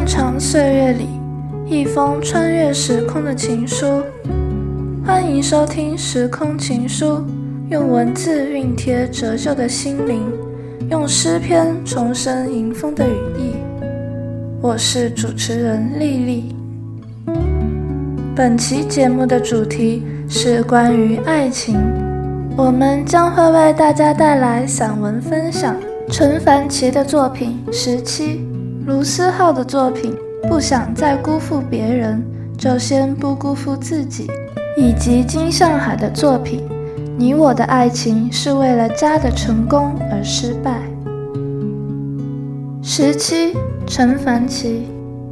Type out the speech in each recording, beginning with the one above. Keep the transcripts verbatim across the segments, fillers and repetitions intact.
漫长岁月里，一封穿越时空的情书。欢迎收听《时空情书》，用文字熨贴折旧的心灵，用诗篇重生迎风的羽翼。我是主持人丽丽。本期节目的主题是关于爱情，我们将会为大家带来散文分享。陈凡奇的作品《十七》，卢思浩的作品《不想再辜负别人，就先不辜负自己》，以及金向海的作品《你我的爱情是为了家的成功而失败》。十七，陈凡奇。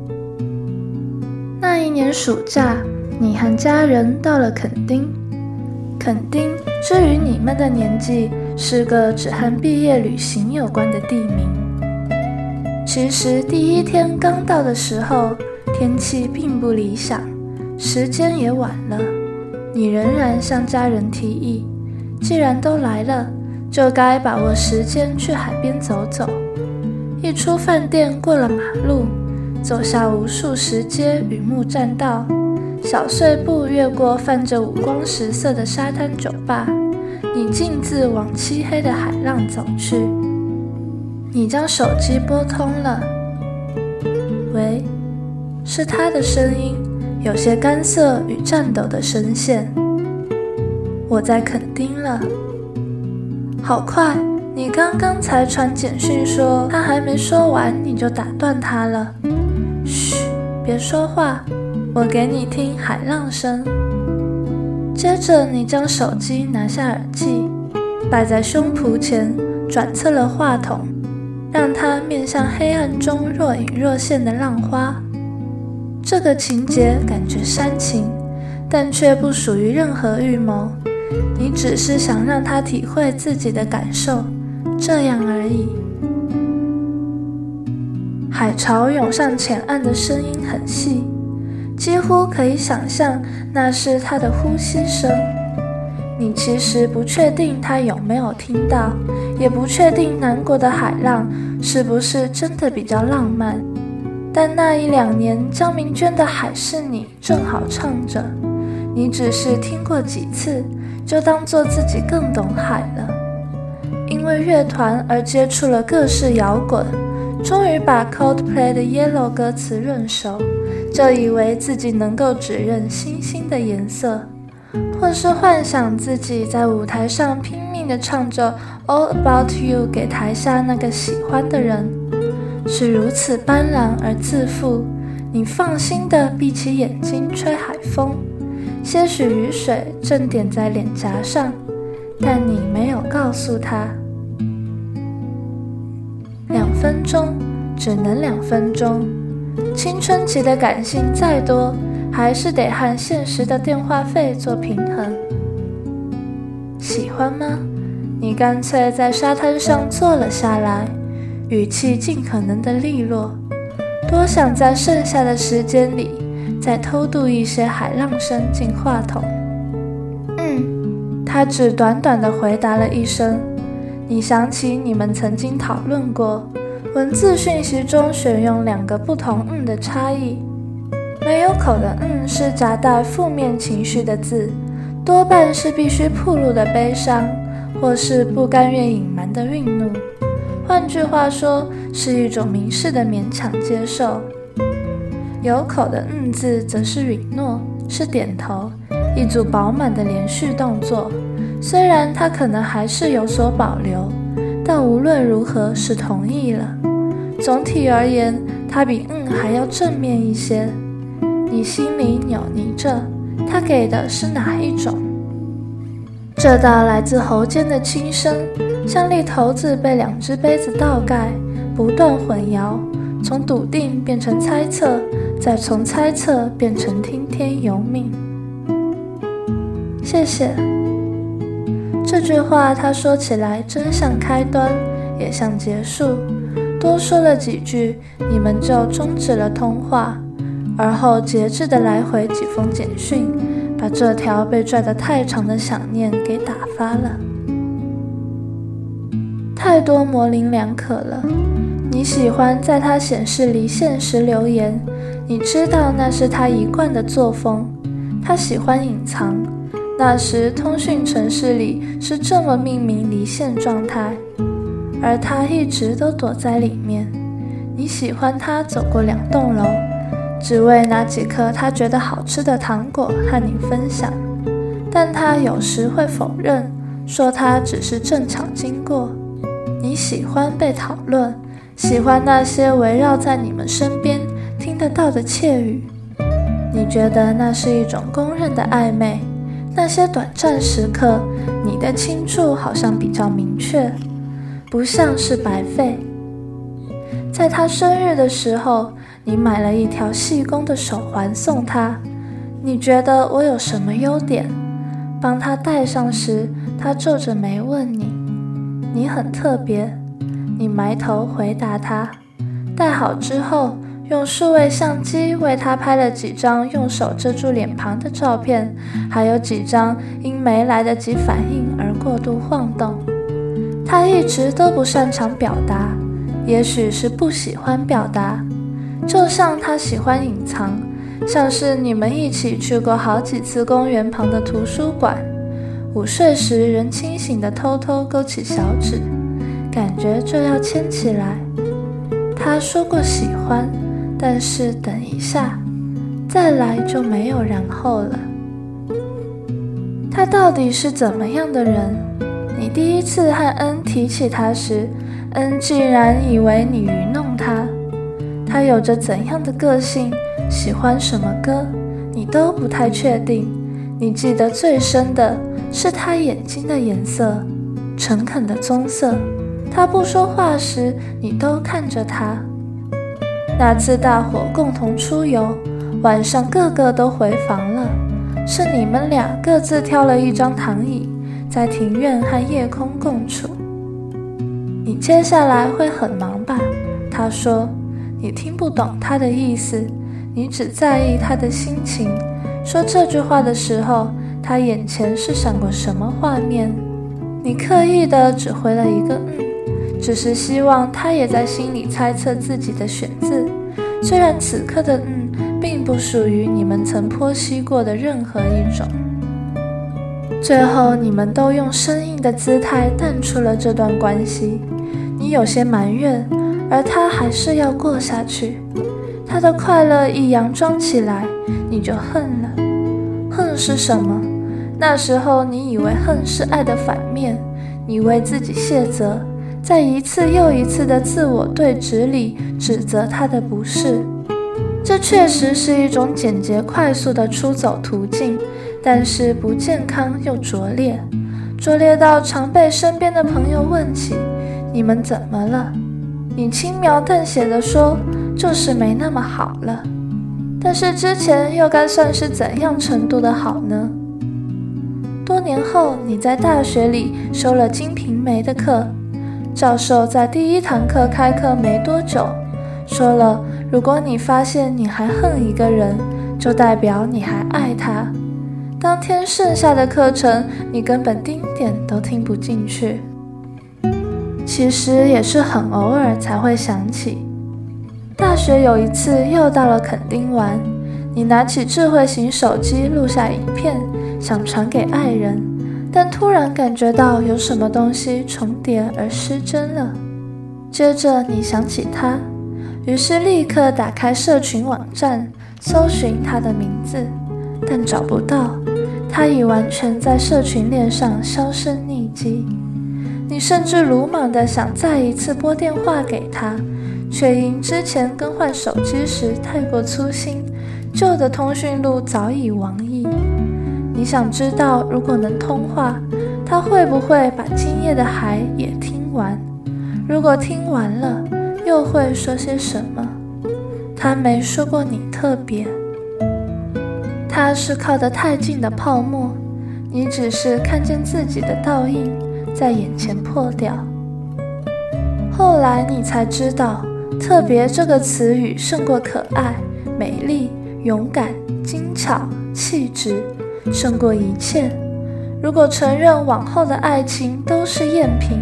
那一年暑假，你和家人到了垦丁。垦丁至于你们的年纪，是个只和毕业旅行有关的地名。其实第一天刚到的时候，天气并不理想，时间也晚了。你仍然向家人提议，既然都来了，就该把握时间去海边走走。一出饭店，过了马路，走下无数石阶与木栈道，小碎步越过泛着五光十色的沙滩酒吧，你径自往漆黑的海浪走去。你将手机拨通了。喂，是他的声音，有些干涩与颤抖的声线。我在垦丁了。好快，你刚刚才传简讯说他还没说完，你就打断他了。嘘，别说话，我给你听海浪声。接着你将手机拿下耳机，摆在胸脯前，转侧了话筒，让它面向黑暗中若隐若现的浪花。这个情节感觉煽情，但却不属于任何预谋，你只是想让他体会自己的感受，这样而已。海潮涌上浅岸的声音很细，几乎可以想象那是他的呼吸声。你其实不确定他有没有听到，也不确定南国的海浪是不是真的比较浪漫，但那一两年江明娟的《海是你》正好唱着，你只是听过几次，就当作自己更懂海了。因为乐团而接触了各式摇滚，终于把 Coldplay 的 Yellow 歌词润熟，就以为自己能够指认星星的颜色，或是幻想自己在舞台上拼命地唱着 All About You 给台下那个喜欢的人，是如此斑斓而自负。你放心地闭起眼睛吹海风，些许雨水正点在脸颊上，但你没有告诉他。两分钟，只能两分钟。青春期的感性再多，还是得和现实的电话费做平衡。喜欢吗？你干脆在沙滩上坐了下来，语气尽可能的利落，多想在剩下的时间里再偷渡一些海浪声进话筒。嗯，他只短短的回答了一声。你想起你们曾经讨论过，文字讯息中选用两个不同嗯的差异。没有口的嗯是夹带负面情绪的字，多半是必须暴露的悲伤，或是不甘愿隐瞒的愠怒。换句话说，是一种明示的勉强接受。有口的嗯字则是允诺，是点头，一组饱满的连续动作。虽然他可能还是有所保留，但无论如何是同意了。总体而言，他比嗯还要正面一些。你心里扭捏着，他给的是哪一种？这道来自喉间的轻声，像粒骰子被两只杯子倒盖，不断混淆，从笃定变成猜测，再从猜测变成听天由命。谢谢。这句话他说起来真像开端，也像结束。多说了几句，你们就终止了通话，而后节制地来回几封简讯，把这条被拽得太长的想念给打发了。太多模棱两可了， 你喜欢在他显示离线时留言，你知道那是他一贯的作风。他喜欢隐藏，那时通讯程式里是这么命名离线状态，而他一直都躲在里面。你喜欢他走过两栋楼，只为拿几颗他觉得好吃的糖果和你分享，但他有时会否认，说他只是正巧经过。你喜欢被讨论，喜欢那些围绕在你们身边听得到的窃语，你觉得那是一种公认的暧昧。那些短暂时刻，你的倾注好像比较明确，不像是白费。在他生日的时候，你买了一条细工的手环送他，你觉得我有什么优点？帮他戴上时，他皱着眉问你，你很特别。你埋头回答他，戴好之后，用数位相机为他拍了几张用手遮住脸庞的照片，还有几张因没来得及反应而过度晃动。他一直都不擅长表达，也许是不喜欢表达，就像他喜欢隐藏，像是你们一起去过好几次公园旁的图书馆，午睡时仍清醒地偷偷勾起小指，感觉就要牵起来。他说过喜欢，但是等一下，再来就没有然后了。他到底是怎么样的人？你第一次和恩提起他时，恩竟然以为你愚弄他。他有着怎样的个性，喜欢什么歌，你都不太确定。你记得最深的是他眼睛的颜色，诚恳的棕色。他不说话时，你都看着他。那次大伙共同出游，晚上个个都回房了，是你们俩各自挑了一张躺椅，在庭院和夜空共处。你接下来会很忙吧？他说。你听不懂他的意思，你只在意他的心情。说这句话的时候，他眼前是闪过什么画面？你刻意的只回了一个嗯，只是希望他也在心里猜测自己的选字，虽然此刻的嗯并不属于你们曾剖析过的任何一种。最后你们都用生硬的姿态淡出了这段关系，你有些埋怨，而他还是要过下去。他的快乐一佯装起来，你就恨了。恨是什么？那时候你以为恨是爱的反面，你为自己卸责，在一次又一次的自我对峙里指责他的不是。这确实是一种简洁快速的出走途径，但是不健康又拙劣，拙劣到常被身边的朋友问起，你们怎么了？你轻描淡写地说，就是没那么好了。但是之前又该算是怎样程度的好呢？多年后，你在大学里修了《金瓶梅》的课，教授在第一堂课开课没多久，说了，如果你发现你还恨一个人，就代表你还爱他。当天剩下的课程，你根本丁点都听不进去。其实也是很偶尔才会想起。大学有一次又到了垦丁玩，你拿起智慧型手机录下影片，想传给爱人，但突然感觉到有什么东西重叠而失真了。接着你想起他，于是立刻打开社群网站，搜寻他的名字，但找不到，他已完全在社群链上销声匿迹。你甚至鲁莽地想再一次拨电话给他，却因之前更换手机时太过粗心，旧的通讯录早已亡佚。你想知道，如果能通话，他会不会把今夜的海也听完？如果听完了，又会说些什么？他没说过你特别，他是靠得太近的泡沫，你只是看见自己的倒影在眼前破掉。后来你才知道，特别这个词语胜过可爱、美丽、勇敢、精巧、气质，胜过一切。如果承认往后的爱情都是赝品，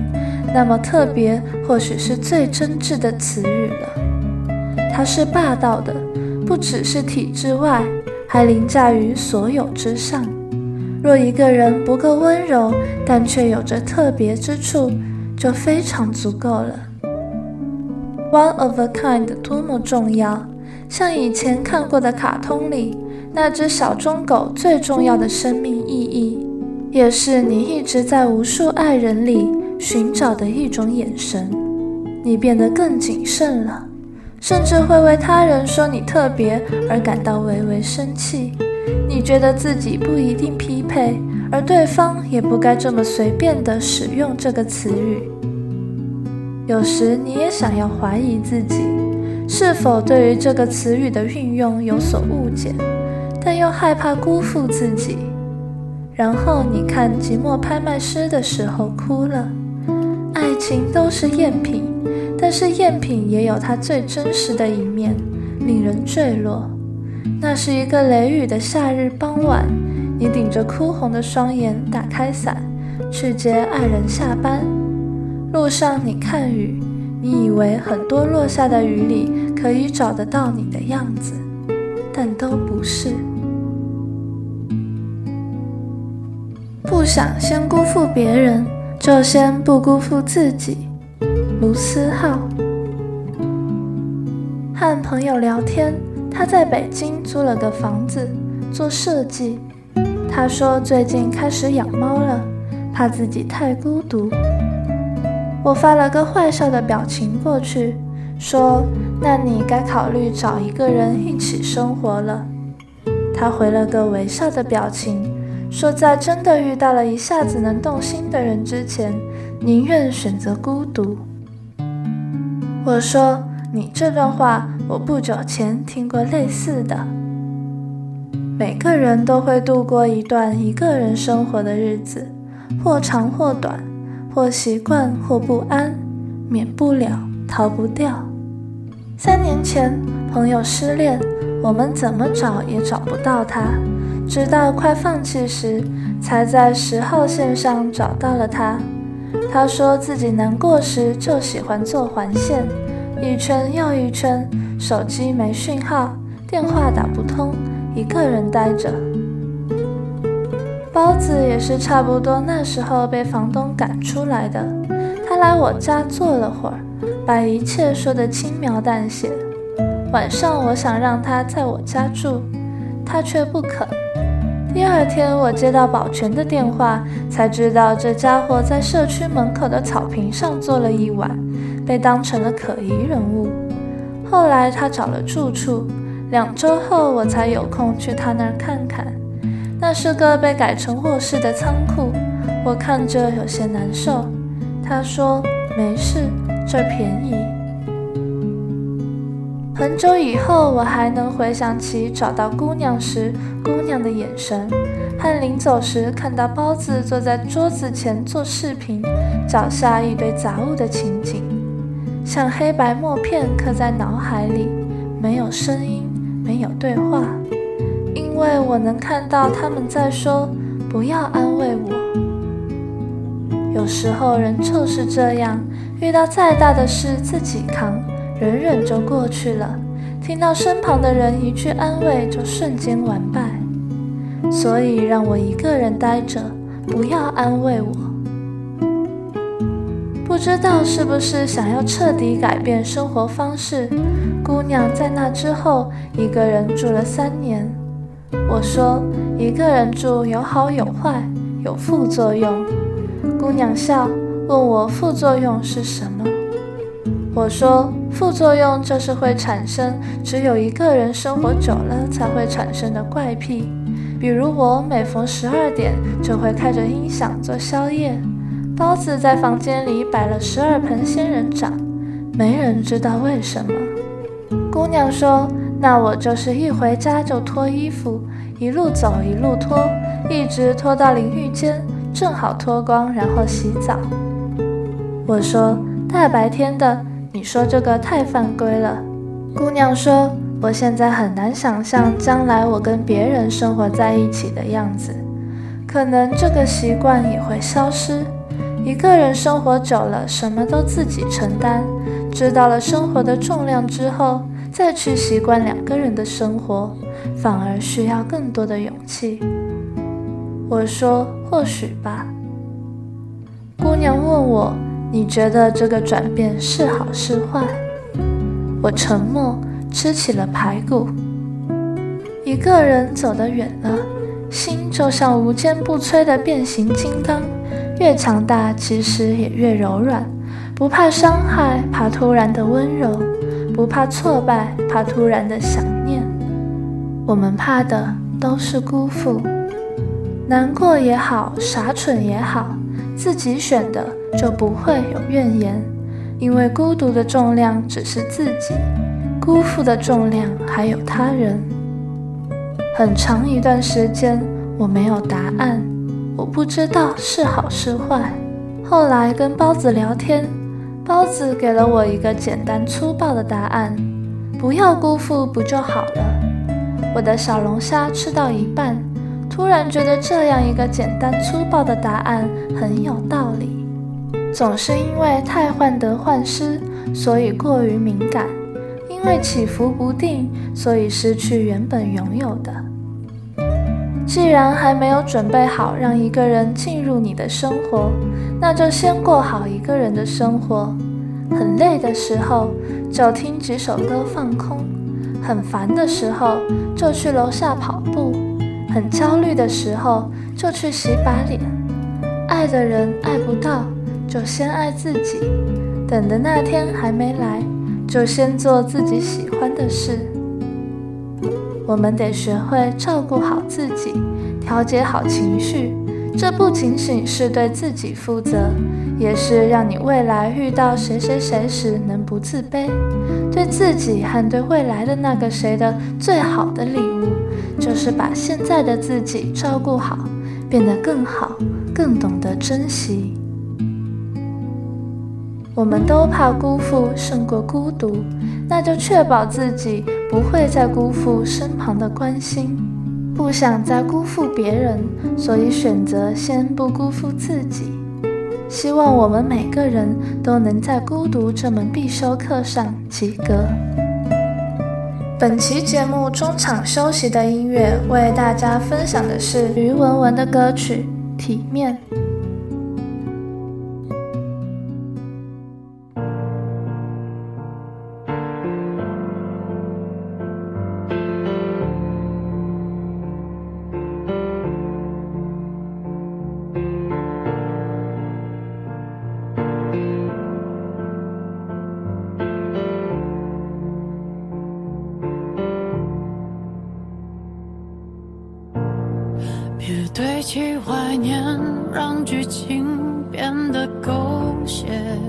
那么特别，或许是最真挚的词语了。它是霸道的，不只是体制外，还凌驾于所有之上。若一个人不够温柔，但却有着特别之处，就非常足够了。One of a kind 多么重要，像以前看过的卡通里那只小忠狗最重要的生命意义，也是你一直在无数爱人里寻找的一种眼神。你变得更谨慎了，甚至会为他人说你特别而感到微微生气。你觉得自己不一定匹配，而对方也不该这么随便地使用这个词语。有时你也想要怀疑自己，是否对于这个词语的运用有所误解，但又害怕辜负自己。然后你看寂寞拍卖师的时候哭了。爱情都是赝品，但是赝品也有它最真实的一面，令人坠落。那是一个雷雨的夏日傍晚，你顶着哭红的双眼，打开伞，去接爱人下班。路上你看雨，你以为很多落下的雨里可以找得到你的样子，但都不是。不想先辜负别人，就先不辜负自己。卢思浩。和朋友聊天，他在北京租了个房子做设计。他说最近开始养猫了，怕自己太孤独。我发了个坏笑的表情过去，说那你该考虑找一个人一起生活了。他回了个微笑的表情，说在真的遇到了一下子能动心的人之前，宁愿选择孤独。我说你这段话我不久前听过类似的。每个人都会度过一段一个人生活的日子，或长或短，或习惯或不安，免不了逃不掉。三年前朋友失恋，我们怎么找也找不到他，直到快放弃时，才在十号线上找到了他。他说自己难过时就喜欢做环线，一圈又一圈，手机没讯号，电话打不通，一个人待着。包子也是差不多那时候被房东赶出来的，他来我家坐了会儿，把一切说得轻描淡写。晚上我想让他在我家住，他却不肯。第二天我接到保全的电话，才知道这家伙在社区门口的草坪上坐了一晚，被当成了可疑人物。后来他找了住处，两周后我才有空去他那儿看看。那是个被改成卧室的仓库，我看着有些难受。他说没事，这儿便宜。很久以后我还能回想起找到姑娘时姑娘的眼神，和临走时看到包子坐在桌子前做视频，脚下一堆杂物的情景，像黑白默片刻在脑海里，没有声音，没有对话，因为我能看到他们在说不要安慰我。有时候人就是这样，遇到再大的事自己扛，忍忍就过去了，听到身旁的人一句安慰就瞬间完败。所以让我一个人待着，不要安慰我。不知道是不是想要彻底改变生活方式，姑娘在那之后一个人住了三年。我说一个人住有好有坏，有副作用。姑娘笑，问我副作用是什么。我说副作用就是会产生只有一个人生活久了才会产生的怪癖，比如我每逢十二点就会开着音响做宵夜，包子在房间里摆了十二盆仙人掌，没人知道为什么。姑娘说那我就是一回家就脱衣服，一路走一路脱，一直脱到淋浴间，正好脱光然后洗澡。我说大白天的，你说这个太犯规了。姑娘说我现在很难想象将来我跟别人生活在一起的样子，可能这个习惯也会消失， 一个人生活久了，什么都自己承担，知道了生活的重量之后，再去习惯两个人的生活，反而需要更多的勇气。我说，或许吧。姑娘问我，你觉得这个转变是好是坏？我沉默，吃起了排骨。一个人走得远了，心就像无坚不摧的变形金刚，越强大其实也越柔软，不怕伤害，怕突然的温柔，不怕挫败，怕突然的想念。我们怕的都是辜负，难过也好，傻蠢也好，自己选的就不会有怨言，因为孤独的重量只是自己，辜负的重量还有他人。很长一段时间我没有答案，我不知道是好是坏。后来跟包子聊天，包子给了我一个简单粗暴的答案，不要辜负不就好了。我的小龙虾吃到一半，突然觉得这样一个简单粗暴的答案很有道理。总是因为太患得患失，所以过于敏感，因为起伏不定，所以失去原本拥有的。既然还没有准备好让一个人进入你的生活，那就先过好一个人的生活。很累的时候就听几首歌放空，很烦的时候就去楼下跑步，很焦虑的时候就去洗把脸。爱的人爱不到，就先爱自己，等的那天还没来，就先做自己喜欢的事。我们得学会照顾好自己，调节好情绪，这不仅仅是对自己负责，也是让你未来遇到谁谁谁时能不自卑。对自己和对未来的那个谁的最好的礼物，就是把现在的自己照顾好，变得更好，更懂得珍惜。我们都怕辜负胜过孤独，那就确保自己不会再辜负身旁的关心。不想再辜负别人，所以选择先不辜负自己。希望我们每个人都能在孤独这门必修课上及格。本期节目中场休息的音乐，为大家分享的是于文文的歌曲《体面》。 别堆砌怀念，让剧情变得狗血。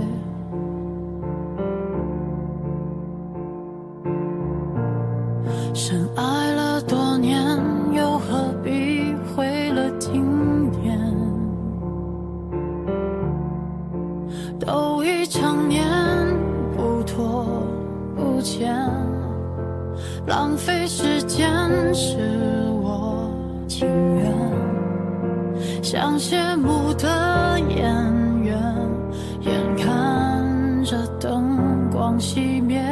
深爱了多年，又何必毁了经典？都已成年，不拖不欠，浪费时间是我情愿。像谢幕的演员，眼看着灯光熄灭，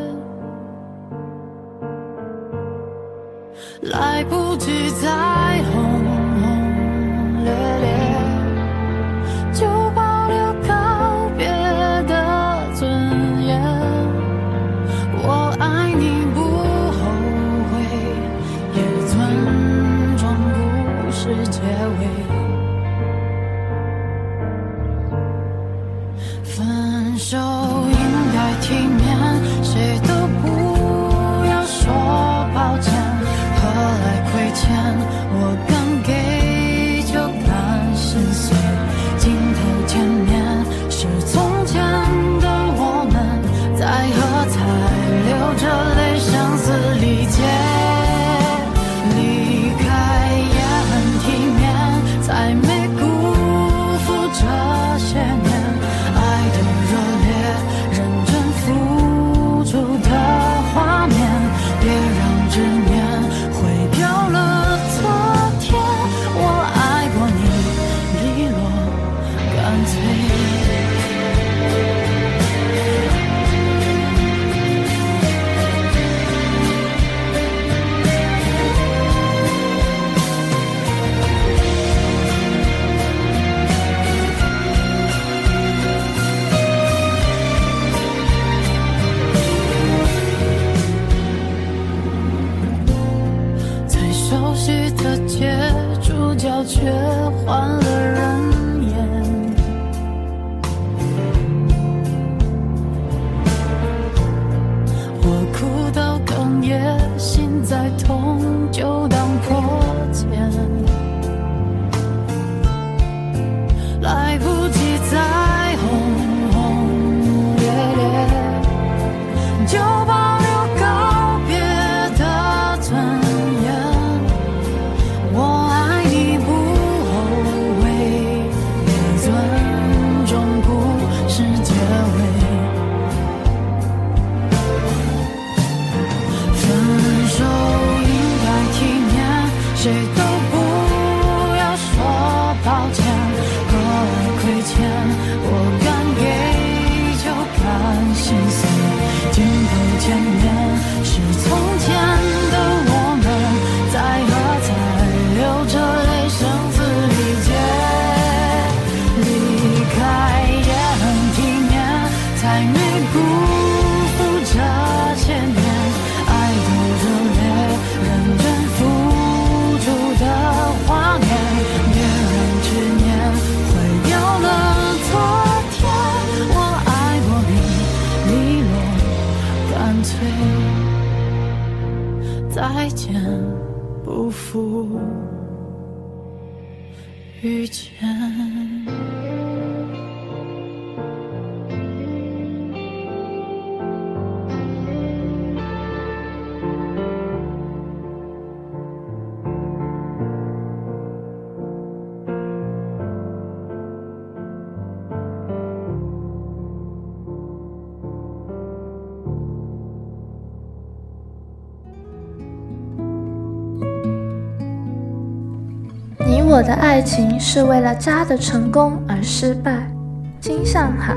来不及再轰轰烈烈，就保留告别的尊严。我爱你不后悔，也尊重故事结尾。分手应该体面，谁都不要说抱歉。何来亏欠？我刚给就敢心碎。镜头前面是从前的我们，在喝彩，流着泪，声嘶力竭。离开也很体面，才没辜负这些年。爱的热烈，认真付出的画面，别让执念毁掉了昨天。 熟悉的街，主角却换了人演。我哭到哽咽，心再痛就当破茧，来不及再轰轰烈烈，就保留告别的尊严。我爱你不后悔，也尊重故事结尾。分手应该体面，谁都不要说抱歉。何来亏欠？我敢给就敢心碎。镜头前面是从前的我们，在何在流着泪声嘶力竭。离开也很体面，才没辜负这些年爱的热烈，认真付出的画面。别让执念毁掉了昨天，我爱过你，利落干脆，再见不负遇见。 你我的爱情是为了家的成功而失败。金向海。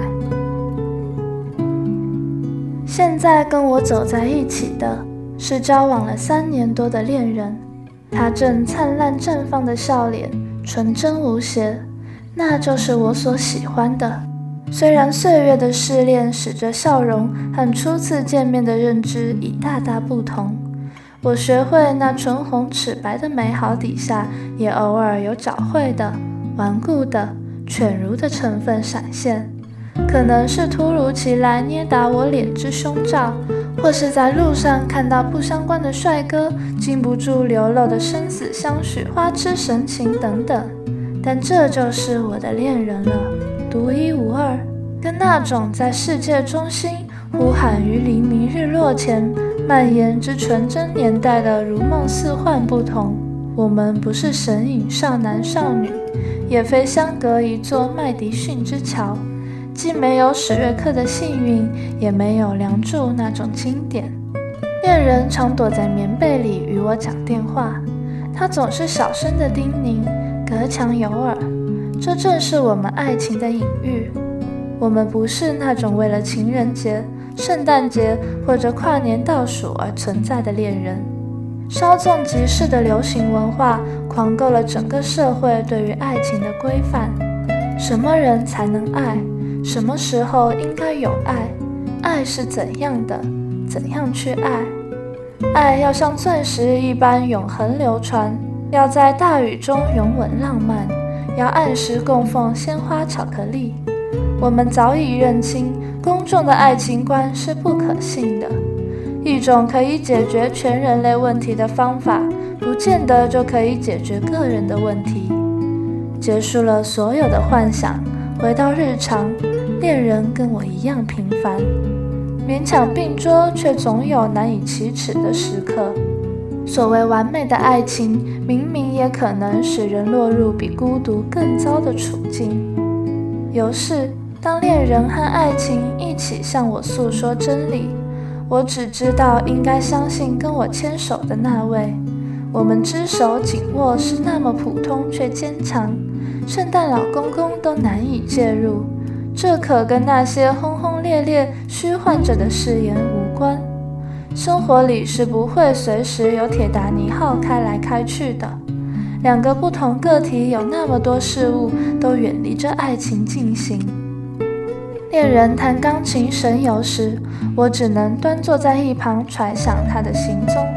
现在跟我走在一起的是交往了三年多的恋人，他正灿烂绽放的笑脸，纯真无邪，那就是我所喜欢的。虽然岁月的试炼使这笑容和初次见面的认知已大大不同，我学会那唇红齿白的美好底下，也偶尔有找会的、顽固的、犬儒的成分闪现。可能是突如其来捏打我脸之胸罩，或是在路上看到不相关的帅哥，禁不住流露的生死相许、花痴神情等等。但这就是我的恋人了，独一无二，跟那种在世界中心呼喊于黎明日落前蔓延之纯真年代的如梦似幻不同。我们不是神隐少男少女，也非相隔一座麦迪逊之桥，既没有史瑞克的幸运，也没有梁祝那种经典。恋人常躲在棉被里与我讲电话，他总是小声的叮咛，隔墙有耳，这正是我们爱情的隐喻。我们不是那种为了情人节、圣诞节或者跨年倒数而存在的恋人。稍纵即逝的流行文化狂购了整个社会对于爱情的规范，什么人才能爱，什么时候应该有爱，爱是怎样的，怎样去爱。爱要像钻石一般永恒流传，要在大雨中永吻浪漫，要按时供奉鲜花巧克力。我们早已认清公众的爱情观是不可信的，一种可以解决全人类问题的方法，不见得就可以解决个人的问题。结束了所有的幻想，回到日常，恋人跟我一样平凡，勉强并桌，却总有难以启齿的时刻。所谓完美的爱情，明明也可能使人落入比孤独更糟的处境。有时当恋人和爱情一起向我诉说真理，我只知道应该相信跟我牵手的那位。我们只手紧握是那么普通却坚强，圣诞老公公都难以介入，这可跟那些轰轰烈烈虚幻着的誓言无关。生活里是不会随时有铁达尼号开来开去的，两个不同个体有那么多事物都远离着爱情进行。恋人弹钢琴神游时，我只能端坐在一旁揣想他的行踪，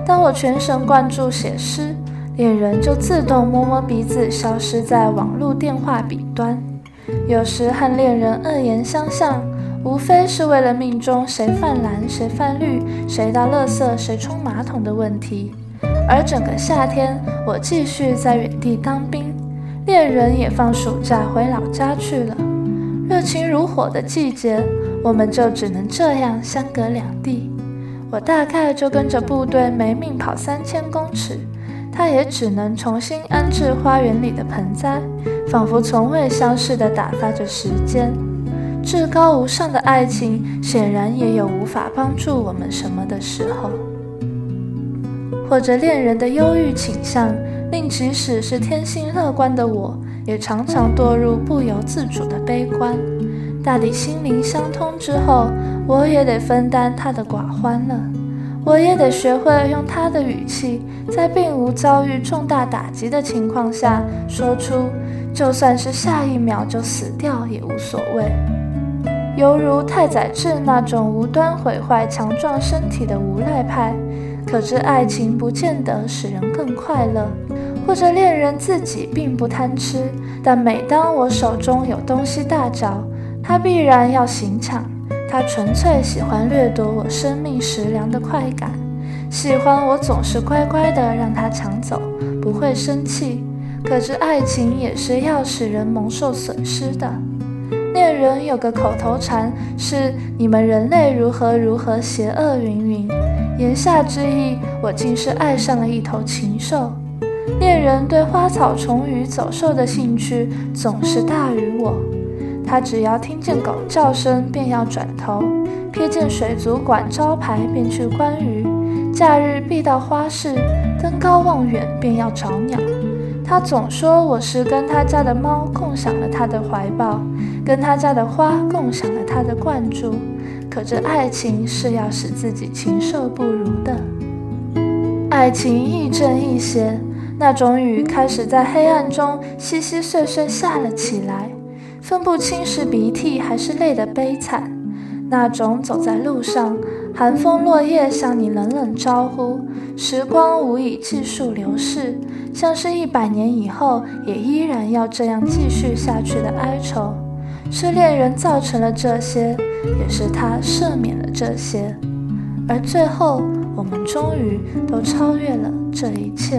当我全神贯注写诗，恋人就自动摸摸鼻子消失在网络电话彼端。有时和恋人恶言相向，无非是为了命中谁泛蓝谁泛绿，谁倒垃圾谁冲马桶的问题。而整个夏天，我继续在原地当兵，恋人也放暑假回老家去了。热情如火的季节，我们就只能这样相隔两地。我大概就跟着部队没命跑三千公尺，他也只能重新安置花园里的盆栽，仿佛从未相识地打发着时间。至高无上的爱情，显然也有无法帮助我们什么的时候。或者恋人的忧郁倾向，令即使是天性乐观的我，也常常堕入不由自主的悲观。大抵心灵相通之后，我也得分担他的寡欢了。我也得学会用他的语气，在并无遭遇重大打击的情况下，说出就算是下一秒就死掉也无所谓。犹如太宰治那种无端毁坏强壮身体的无赖派，可知爱情不见得使人更快乐。或者恋人自己并不贪吃，但每当我手中有东西大着，他必然要行抢。他纯粹喜欢掠夺我生命食粮的快感，喜欢我总是乖乖地让他抢走，不会生气。可知爱情也是要使人蒙受损失的。恋人有个口头禅是你们人类如何如何邪恶云云，言下之意，我竟是爱上了一头禽兽。恋人对花草虫鱼走兽的兴趣总是大于我，他只要听见狗叫声便要转头，瞥见水族馆招牌便去观鱼，假日必到花市，登高望远便要找鸟。他总说我是跟他家的猫共享了他的怀抱，跟他家的花共享了他的灌注。可这爱情是要使自己禽兽不如的。爱情亦正亦邪，那种雨开始在黑暗中稀稀碎碎下了起来，分不清是鼻涕还是泪的悲惨。那种走在路上，寒风落叶向你冷冷招呼，时光无以计数流逝，像是一百年以后也依然要这样继续下去的哀愁。是恋人造成了这些，也是他赦免了这些，而最后我们终于都超越了这一切。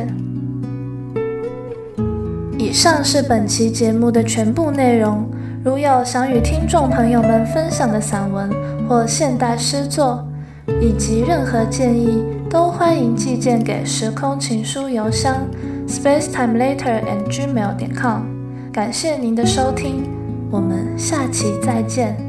以上是本期节目的全部内容，如有想与听众朋友们分享的散文或现代诗作，以及任何建议，都欢迎寄件给时空情书邮箱 spacetimelater at gmail dot com。 感谢您的收听，我们下期再见。